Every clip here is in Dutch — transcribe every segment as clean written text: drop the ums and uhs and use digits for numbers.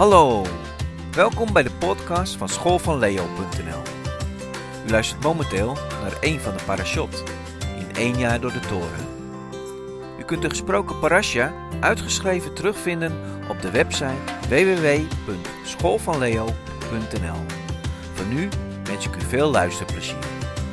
Hallo, welkom bij de podcast van schoolvanleo.nl. U luistert momenteel naar een van de parashot in 1 jaar door de Toren. U kunt de gesproken parasha uitgeschreven terugvinden op de website www.schoolvanleo.nl. Voor nu wens ik u veel luisterplezier.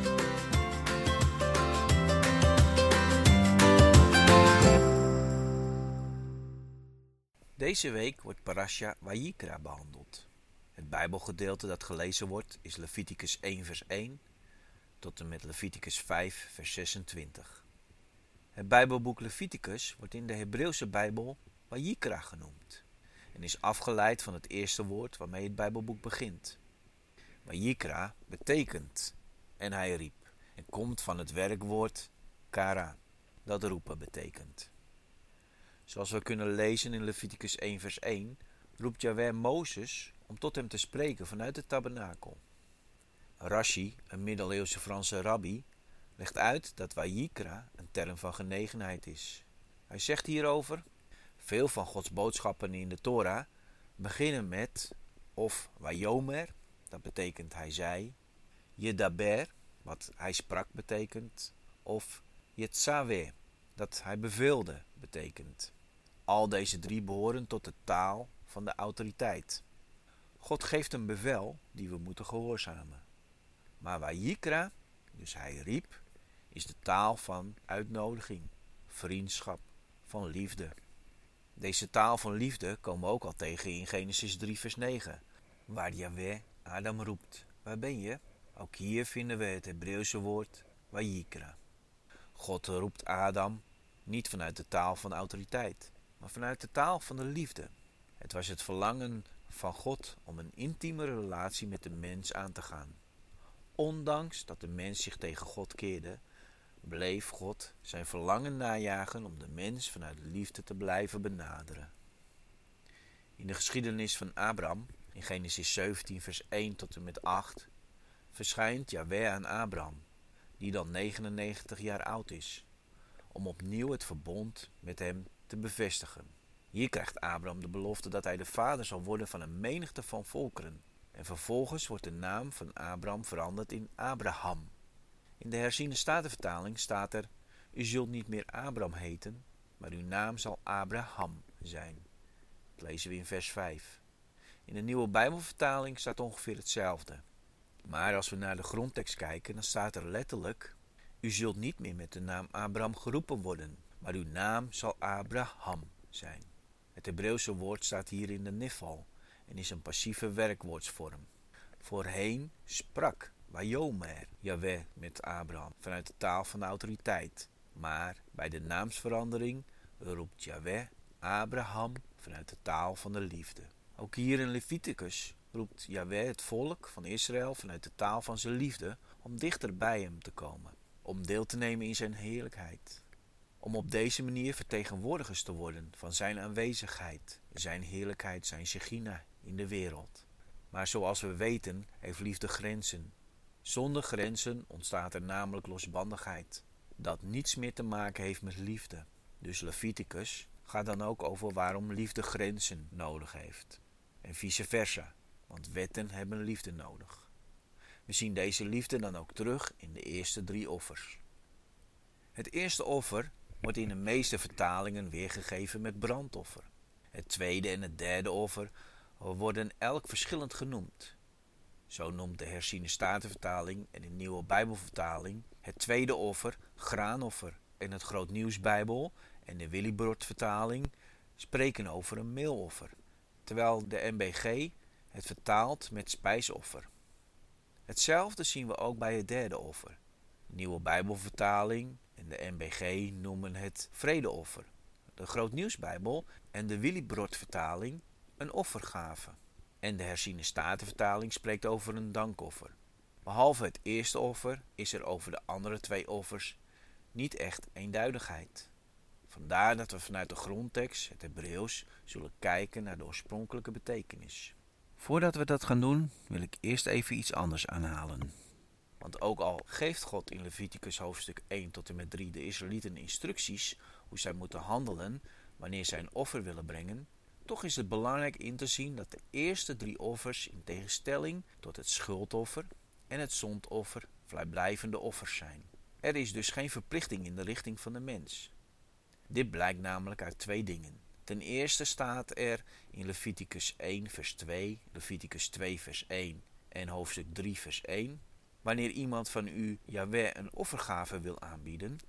Deze week wordt parasha Vayikra behandeld. Het Bijbelgedeelte dat gelezen wordt is Leviticus 1 vers 1 tot en met Leviticus 5 vers 26. Het Bijbelboek Leviticus wordt in de Hebreeuwse Bijbel Vayikra genoemd en is afgeleid van het eerste woord waarmee het Bijbelboek begint. Vayikra betekent en hij riep en komt van het werkwoord kara, dat roepen betekent. Zoals we kunnen lezen in Leviticus 1 vers 1, roept Jahweh Mozes om tot hem te spreken vanuit de tabernakel. Rashi, een middeleeuwse Franse rabbi, legt uit dat Vayikra een term van genegenheid is. Hij zegt hierover: veel van Gods boodschappen in de Torah beginnen met of Vayomer, dat betekent hij zei, Yedaber, wat hij sprak betekent, of Yetzaveh, dat hij beveelde betekent. Al deze 3 behoren tot de taal van de autoriteit. God geeft een bevel die we moeten gehoorzamen. Maar Vayikra, dus hij riep, is de taal van uitnodiging, vriendschap, van liefde. Deze taal van liefde komen we ook al tegen in Genesis 3 vers 9, waar Jahweh Adam roept. Waar ben je? Ook hier vinden we het Hebreeuwse woord Vayikra. God roept Adam niet vanuit de taal van autoriteit, maar vanuit de taal van de liefde. Het was het verlangen van God om een intieme relatie met de mens aan te gaan. Ondanks dat de mens zich tegen God keerde, bleef God zijn verlangen najagen om de mens vanuit liefde te blijven benaderen. In de geschiedenis van Abraham, in Genesis 17 vers 1 tot en met 8, verschijnt Jahweh aan Abraham, die dan 99 jaar oud is, om opnieuw het verbond met hem te bevestigen. Hier krijgt Abraham de belofte dat hij de vader zal worden van een menigte van volkeren. En vervolgens wordt de naam van Abraham veranderd in Abraham. In de herziene statenvertaling staat er: u zult niet meer Abraham heten, maar uw naam zal Abraham zijn. Dat lezen we in vers 5. In de nieuwe Bijbelvertaling staat ongeveer hetzelfde. Maar als we naar de grondtekst kijken, dan staat er letterlijk: u zult niet meer met de naam Abraham geroepen worden, maar uw naam zal Abraham zijn. Het Hebreeuwse woord staat hier in de nifal en is een passieve werkwoordsvorm. Voorheen sprak Vayomer Jahweh met Abraham vanuit de taal van de autoriteit, maar bij de naamsverandering roept Jahweh Abraham vanuit de taal van de liefde. Ook hier in Leviticus roept Jahweh het volk van Israël vanuit de taal van zijn liefde om dichter bij hem te komen, om deel te nemen in zijn heerlijkheid. Om op deze manier vertegenwoordigers te worden van zijn aanwezigheid, zijn heerlijkheid, zijn Shechina in de wereld. Maar zoals we weten heeft liefde grenzen. Zonder grenzen ontstaat er namelijk losbandigheid, dat niets meer te maken heeft met liefde. Dus Leviticus gaat dan ook over waarom liefde grenzen nodig heeft. En vice versa, want wetten hebben liefde nodig. We zien deze liefde dan ook terug in de eerste 3 offers. Het eerste offer wordt in de meeste vertalingen weergegeven met brandoffer. Het tweede en het derde offer worden elk verschillend genoemd. Zo noemt de herziene statenvertaling en de nieuwe Bijbelvertaling het tweede offer graanoffer. En het Groot Nieuwsbijbel en de Willibrord-vertaling spreken over een meeloffer, terwijl de NBG het vertaalt met spijsoffer. Hetzelfde zien we ook bij het derde offer. De nieuwe Bijbelvertaling en de NBG noemen het vredeoffer. De Groot Nieuwsbijbel en de Willibrord-vertaling een offergave. En de herziene statenvertaling spreekt over een dankoffer. Behalve het eerste offer is er over de andere 2 offers niet echt eenduidigheid. Vandaar dat we vanuit de grondtekst, het Hebreeuws, zullen kijken naar de oorspronkelijke betekenis. Voordat we dat gaan doen, wil ik eerst even iets anders aanhalen. Want ook al geeft God in Leviticus hoofdstuk 1 tot en met 3 de Israëlieten instructies hoe zij moeten handelen wanneer zij een offer willen brengen, Toch is het belangrijk in te zien dat de eerste 3 offers in tegenstelling tot het schuldoffer en het zondoffer vrijblijvende offers zijn. Er is dus geen verplichting in de richting van de mens. Dit blijkt namelijk uit 2 dingen. Ten eerste staat er in Leviticus 1 vers 2, Leviticus 2 vers 1 en hoofdstuk 3 vers 1. Wanneer iemand van u Jahweh een offergave wil aanbieden.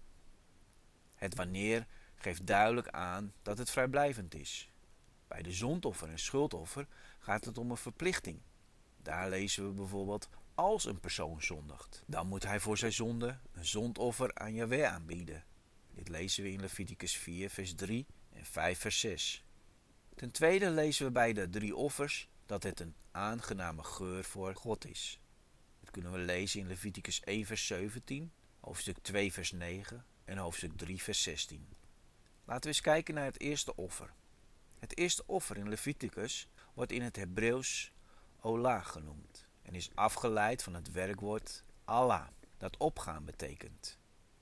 Het wanneer geeft duidelijk aan dat het vrijblijvend is. Bij de zondoffer en schuldoffer gaat het om een verplichting. Daar lezen we bijvoorbeeld: als een persoon zondigt, dan moet hij voor zijn zonde een zondoffer aan Jahweh aanbieden. Dit lezen we in Leviticus 4 vers 3 en 5 vers 6. Ten tweede lezen we bij de 3 offers dat het een aangename geur voor God is. Dat kunnen we lezen in Leviticus 1 vers 17, hoofdstuk 2 vers 9 en hoofdstuk 3 vers 16. Laten we eens kijken naar het eerste offer. Het eerste offer in Leviticus wordt in het Hebreeuws olah genoemd en is afgeleid van het werkwoord Allah, dat opgaan betekent.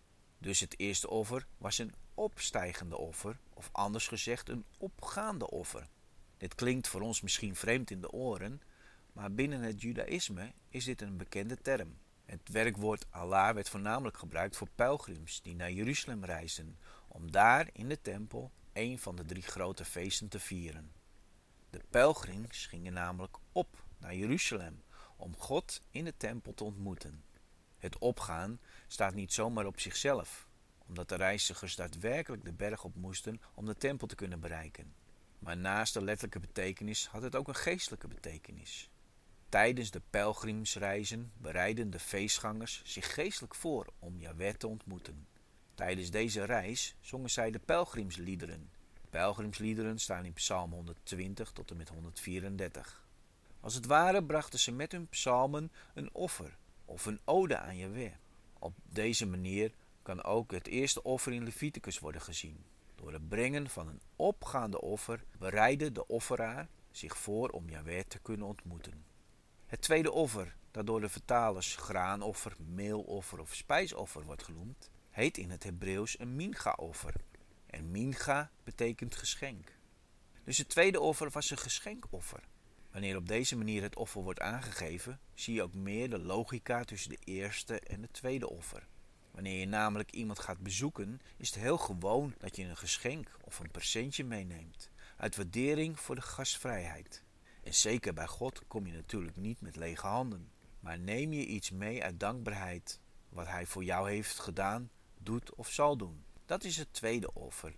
Dus het eerste offer was een opstijgende offer, of anders gezegd een opgaande offer. Dit klinkt voor ons misschien vreemd in de oren, maar binnen het judaïsme is dit een bekende term. Het werkwoord Allah werd voornamelijk gebruikt voor pelgrims die naar Jeruzalem reisden, om daar in de tempel een van de 3 grote feesten te vieren. De pelgrims gingen namelijk op naar Jeruzalem om God in de tempel te ontmoeten. Het opgaan staat niet zomaar op zichzelf, omdat de reizigers daadwerkelijk de berg op moesten om de tempel te kunnen bereiken. Maar naast de letterlijke betekenis had het ook een geestelijke betekenis. Tijdens de pelgrimsreizen bereiden de feestgangers zich geestelijk voor om Jahweh te ontmoeten. Tijdens deze reis zongen zij de pelgrimsliederen. De pelgrimsliederen staan in Psalm 120 tot en met 134. Als het ware brachten ze met hun psalmen een offer of een ode aan Jahweh. Op deze manier kan ook het eerste offer in Leviticus worden gezien. Door het brengen van een opgaande offer bereidde de offeraar zich voor om Jahweh te kunnen ontmoeten. Het tweede offer, dat door de vertalers graanoffer, meeloffer of spijsoffer wordt genoemd, heet in het Hebreeuws een mincha-offer. En mincha betekent geschenk. Dus het tweede offer was een geschenkoffer. Wanneer op deze manier het offer wordt aangegeven, zie je ook meer de logica tussen de eerste en het tweede offer. Wanneer je namelijk iemand gaat bezoeken, is het heel gewoon dat je een geschenk of een presentje meeneemt, uit waardering voor de gastvrijheid. En zeker bij God kom je natuurlijk niet met lege handen, maar neem je iets mee uit dankbaarheid, wat Hij voor jou heeft gedaan, doet of zal doen. Dat is het tweede offer.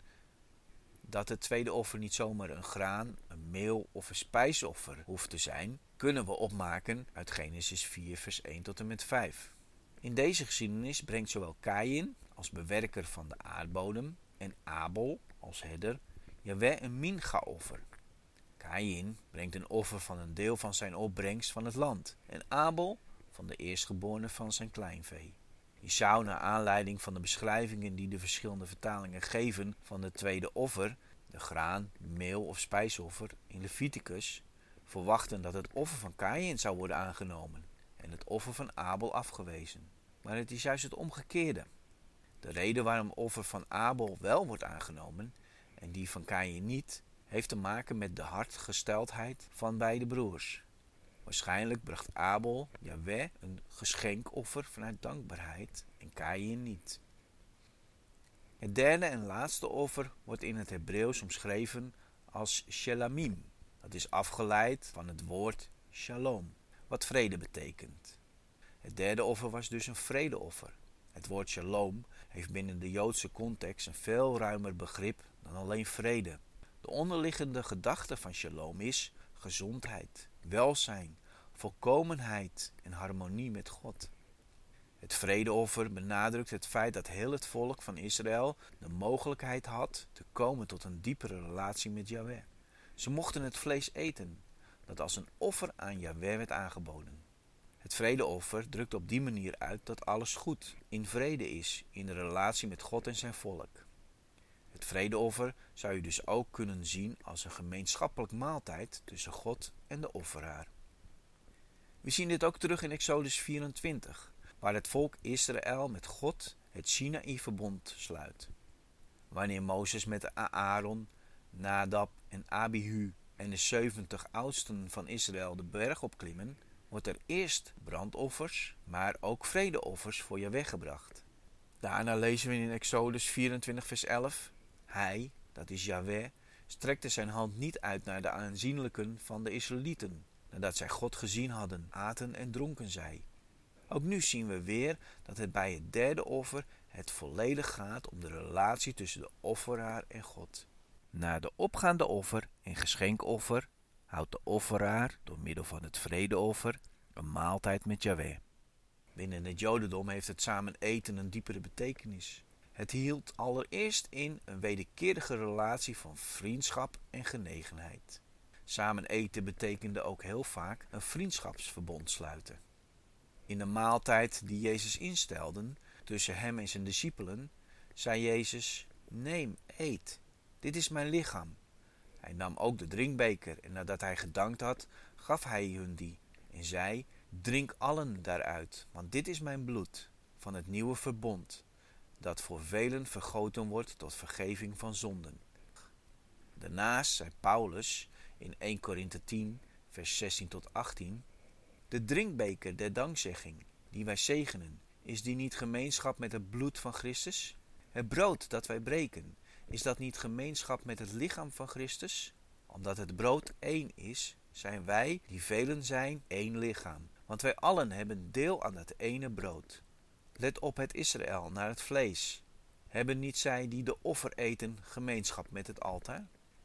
Dat het tweede offer niet zomaar een graan, een meel of een spijsoffer hoeft te zijn, kunnen we opmaken uit Genesis 4 vers 1 tot en met 5. In deze geschiedenis brengt zowel Kaïn als bewerker van de aardbodem en Abel als herder Jahweh een mincha-offer. Kaïn brengt een offer van een deel van zijn opbrengst van het land en Abel van de eerstgeborene van zijn kleinvee. Je zou naar aanleiding van de beschrijvingen die de verschillende vertalingen geven van het tweede offer, de graan, meel of spijsoffer in Leviticus, verwachten dat het offer van Kaïn zou worden aangenomen en het offer van Abel afgewezen. Maar het is juist het omgekeerde. De reden waarom het offer van Abel wel wordt aangenomen en die van Kaïn niet, heeft te maken met de hartgesteldheid van beide broers. Waarschijnlijk bracht Abel Jahweh een geschenkoffer vanuit dankbaarheid en Kaïn niet. Het derde en laatste offer wordt in het Hebreeuws omschreven als shelamim. Dat is afgeleid van het woord shalom, wat vrede betekent. Het derde offer was dus een vredeoffer. Het woord shalom heeft binnen de Joodse context een veel ruimer begrip dan alleen vrede. De onderliggende gedachte van shalom is gezondheid, welzijn, volkomenheid en harmonie met God. Het vredeoffer benadrukt het feit dat heel het volk van Israël de mogelijkheid had te komen tot een diepere relatie met Jahweh. Ze mochten het vlees eten, dat als een offer aan Jahweh werd aangeboden. Het vredeoffer drukt op die manier uit dat alles goed, in vrede is, in de relatie met God en zijn volk. Het vredeoffer zou je dus ook kunnen zien als een gemeenschappelijk maaltijd tussen God en de offeraar. We zien dit ook terug in Exodus 24, waar het volk Israël met God het Sinaï-verbond sluit. Wanneer Mozes met Aaron Nadab en Abihu en de 70 oudsten van Israël de berg opklimmen, wordt er eerst brandoffers, maar ook vredeoffers voor Jahweh gebracht. Daarna lezen we in Exodus 24 vers 11. Hij, dat is Jahweh, strekte zijn hand niet uit naar de aanzienlijken van de Israëlieten. Nadat zij God gezien hadden, aten en dronken zij. Ook nu zien we weer dat het bij het derde offer het volledig gaat om de relatie tussen de offeraar en God. Na de opgaande offer en geschenkoffer houdt de offeraar door middel van het vredeoffer een maaltijd met Jahweh. Binnen het Jodendom heeft het samen eten een diepere betekenis. Het hield allereerst in een wederkerige relatie van vriendschap en genegenheid. Samen eten betekende ook heel vaak een vriendschapsverbond sluiten. In de maaltijd die Jezus instelde tussen hem en zijn discipelen, zei Jezus: neem, eet, dit is mijn lichaam. Hij nam ook de drinkbeker en nadat hij gedankt had, gaf hij hun die en zei: drink allen daaruit, want dit is mijn bloed van het nieuwe verbond, dat voor velen vergoten wordt tot vergeving van zonden. Daarnaast zei Paulus in 1 Korinthe 10, vers 16 tot 18... De drinkbeker der dankzegging, die wij zegenen, is die niet gemeenschap met het bloed van Christus? Het brood dat wij breken, is dat niet gemeenschap met het lichaam van Christus? Omdat het brood één is, zijn wij, die velen zijn, één lichaam. Want wij allen hebben deel aan het ene brood. Let op het Israël naar het vlees. Hebben niet zij die de offer eten gemeenschap met het altaar?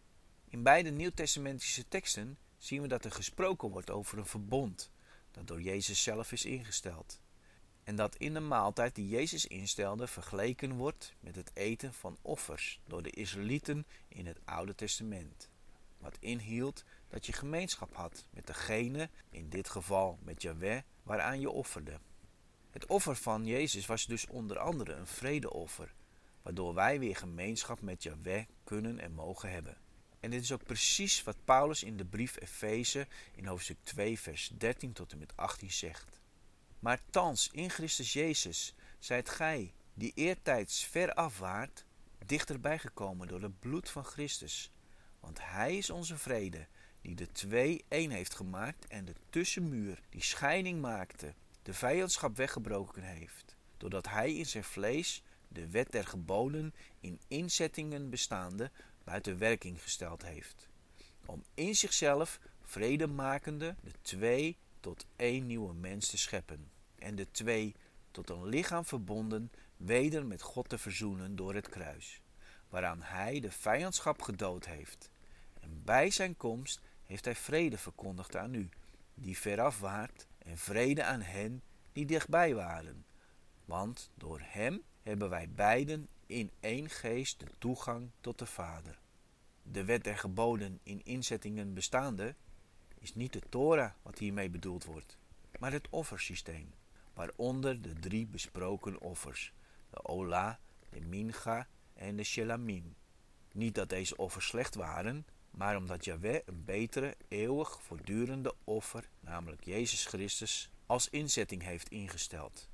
In beide nieuwtestamentische teksten zien we dat er gesproken wordt over een verbond dat door Jezus zelf is ingesteld. En dat in de maaltijd die Jezus instelde vergeleken wordt met het eten van offers door de Israëlieten in het Oude Testament. Wat inhield dat je gemeenschap had met degene, in dit geval met Jahweh, waaraan je offerde. Het offer van Jezus was dus onder andere een vredeoffer, waardoor wij weer gemeenschap met Jahweh kunnen en mogen hebben. En dit is ook precies wat Paulus in de brief Efeze in hoofdstuk 2 vers 13 tot en met 18 zegt. Maar thans in Christus Jezus zijt gij, die eertijds ver af waart, dichterbij gekomen door het bloed van Christus. Want hij is onze vrede, die de twee één heeft gemaakt en de tussenmuur, die scheiding maakte, de vijandschap weggebroken heeft. Doordat hij in zijn vlees de wet der geboden in inzettingen bestaande buiten werking gesteld heeft. Om in zichzelf vredemakende de twee tot één nieuwe mens te scheppen. En de twee tot een lichaam verbonden weder met God te verzoenen door het kruis. Waaraan hij de vijandschap gedood heeft. En bij zijn komst heeft hij vrede verkondigd aan u, die veraf waart, en vrede aan hen die dichtbij waren. Want door hem hebben wij beiden in één geest de toegang tot de Vader. De wet der geboden in inzettingen bestaande is niet de Torah wat hiermee bedoeld wordt, maar het offersysteem, waaronder de 3 besproken offers, de Ola, de Mincha en de Shelamim. Niet dat deze offers slecht waren, maar omdat Jahweh een betere, eeuwig voortdurende offer, namelijk Jezus Christus, als inzetting heeft ingesteld.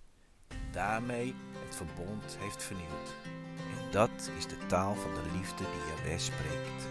Daarmee het verbond heeft vernieuwd. En dat is de taal van de liefde die Jahweh spreekt.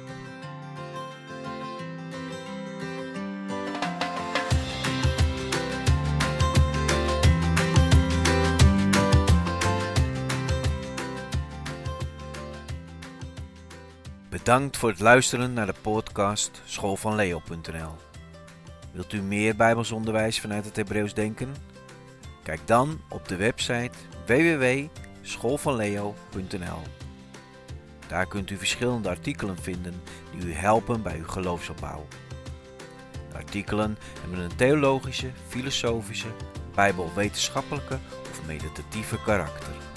Bedankt voor het luisteren naar de podcast schoolvanleo.nl. Wilt u meer Bijbelsonderwijs vanuit het Hebreeuws denken? Kijk dan op de website www.schoolvanleo.nl. Daar kunt u verschillende artikelen vinden die u helpen bij uw geloofsopbouw. De artikelen hebben een theologische, filosofische, bijbelwetenschappelijke of meditatieve karakter.